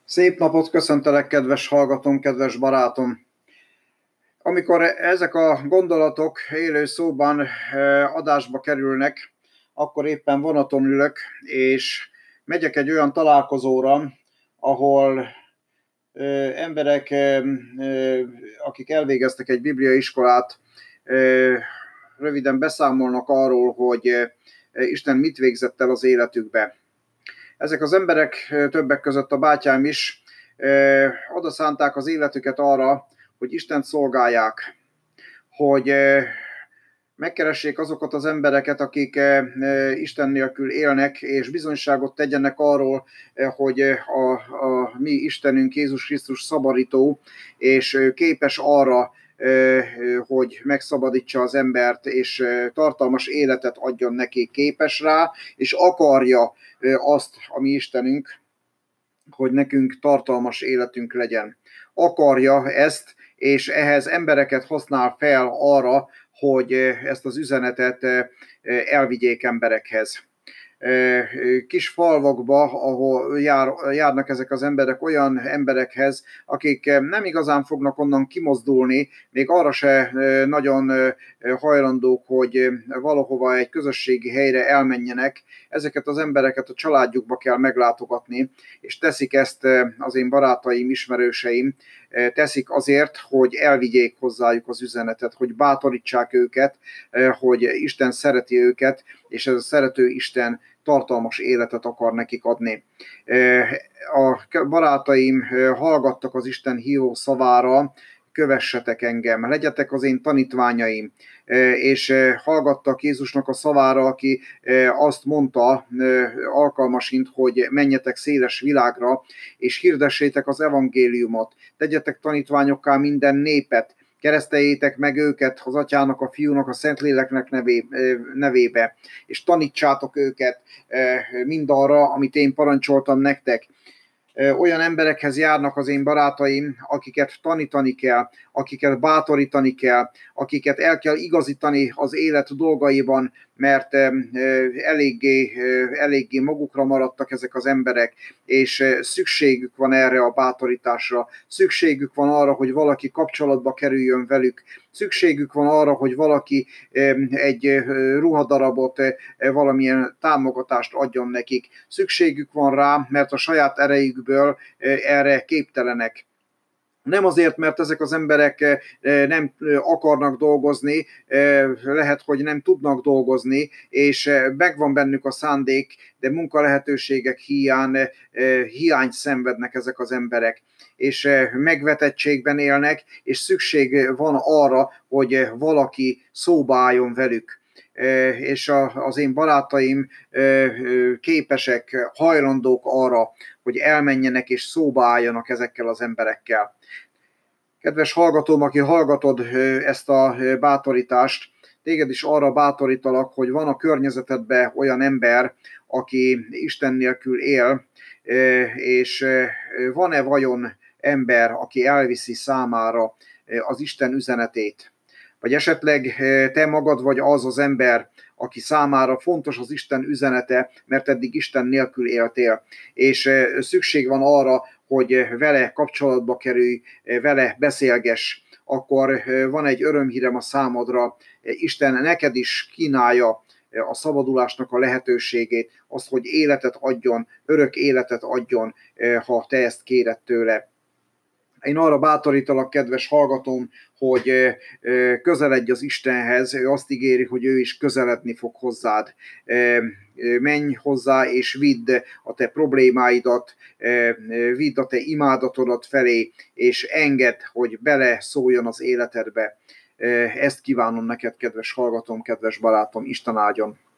Szép napot köszöntelek, kedves hallgatom, kedves barátom! Amikor ezek a gondolatok élő szóban adásba kerülnek, akkor éppen vonaton ülök, és megyek egy olyan találkozóra, ahol emberek, akik elvégeztek egy bibliaiskolát, röviden beszámolnak arról, hogy Isten mit végzett el az életükbe. Ezek az emberek, többek között a bátyám is, odaszánták az életüket arra, hogy Istent szolgálják, hogy megkeressék azokat az embereket, akik Isten nélkül élnek, és bizonyságot tegyenek arról, hogy a mi Istenünk Jézus Krisztus szabadító, és képes arra, hogy megszabadítsa az embert, és tartalmas életet adjon neki, képes rá, és akarja azt a mi Istenünk, hogy nekünk tartalmas életünk legyen. Akarja ezt, és ehhez embereket használ fel arra, hogy ezt az üzenetet elvigyék emberekhez. Kis falvakba, ahol járnak ezek az emberek, olyan emberekhez, akik nem igazán fognak onnan kimozdulni, még arra se nagyon hajlandók, hogy valahova egy közösségi helyre elmenjenek. Ezeket az embereket a családjukba kell meglátogatni, és teszik ezt az én barátaim, ismerőseim, teszik azért, hogy elvigyék hozzájuk az üzenetet, hogy bátorítsák őket, hogy Isten szereti őket, és ez a szerető Isten tartalmas életet akar nekik adni. A barátaim hallgattak az Isten hívó szavára, kövessetek engem, legyetek az én tanítványaim, és hallgattak Jézusnak a szavára, aki azt mondta alkalmasint, hogy menjetek széles világra, és hirdessétek az evangéliumot, tegyetek tanítványokká minden népet, kereszteljétek meg őket az Atyának, a Fiúnak, a Szentléleknek nevébe, és tanítsátok őket mindarra, amit én parancsoltam nektek. Olyan emberekhez járnak az én barátaim, akiket tanítani kell, akiket bátorítani kell, akiket el kell igazítani az élet dolgaiban, mert eléggé magukra maradtak ezek az emberek, és szükségük van erre a bátorításra, szükségük van arra, hogy valaki kapcsolatba kerüljön velük, szükségük van arra, hogy valaki egy ruhadarabot, valamilyen támogatást adjon nekik. Szükségük van rá, mert a saját erejükből erre képtelenek. Nem azért, mert ezek az emberek nem akarnak dolgozni, lehet, hogy nem tudnak dolgozni, és megvan bennük a szándék, de munkalehetőségek hiány szenvednek ezek az emberek, és megvetettségben élnek, és szükség van arra, hogy valaki szóba álljon velük. És az én barátaim képesek, hajlandók arra, hogy elmenjenek és szóba álljanak ezekkel az emberekkel. Kedves hallgatóm, aki hallgatod ezt a bátorítást, téged is arra bátorítalak, hogy van a környezetedben olyan ember, aki Isten nélkül él, és van-e vajon ember, aki elviszi számára az Isten üzenetét? Vagy esetleg te magad vagy az az ember, aki számára fontos az Isten üzenete, mert eddig Isten nélkül éltél, és szükség van arra, hogy vele kapcsolatba kerülj, vele beszélgess, akkor van egy örömhírem a számodra, Isten neked is kínálja a szabadulásnak a lehetőségét, azt, hogy életet adjon, örök életet adjon, ha te ezt kéred tőle. Én arra bátorítalak, kedves hallgatóm, hogy közeledj az Istenhez, ő azt ígéri, hogy ő is közeledni fog hozzád. Menj hozzá, és vidd a te problémáidat, vidd a te imádatodat felé, és engedd, hogy bele szóljon az életedbe. Ezt kívánom neked, kedves hallgatóm, kedves barátom, Isten áldjon!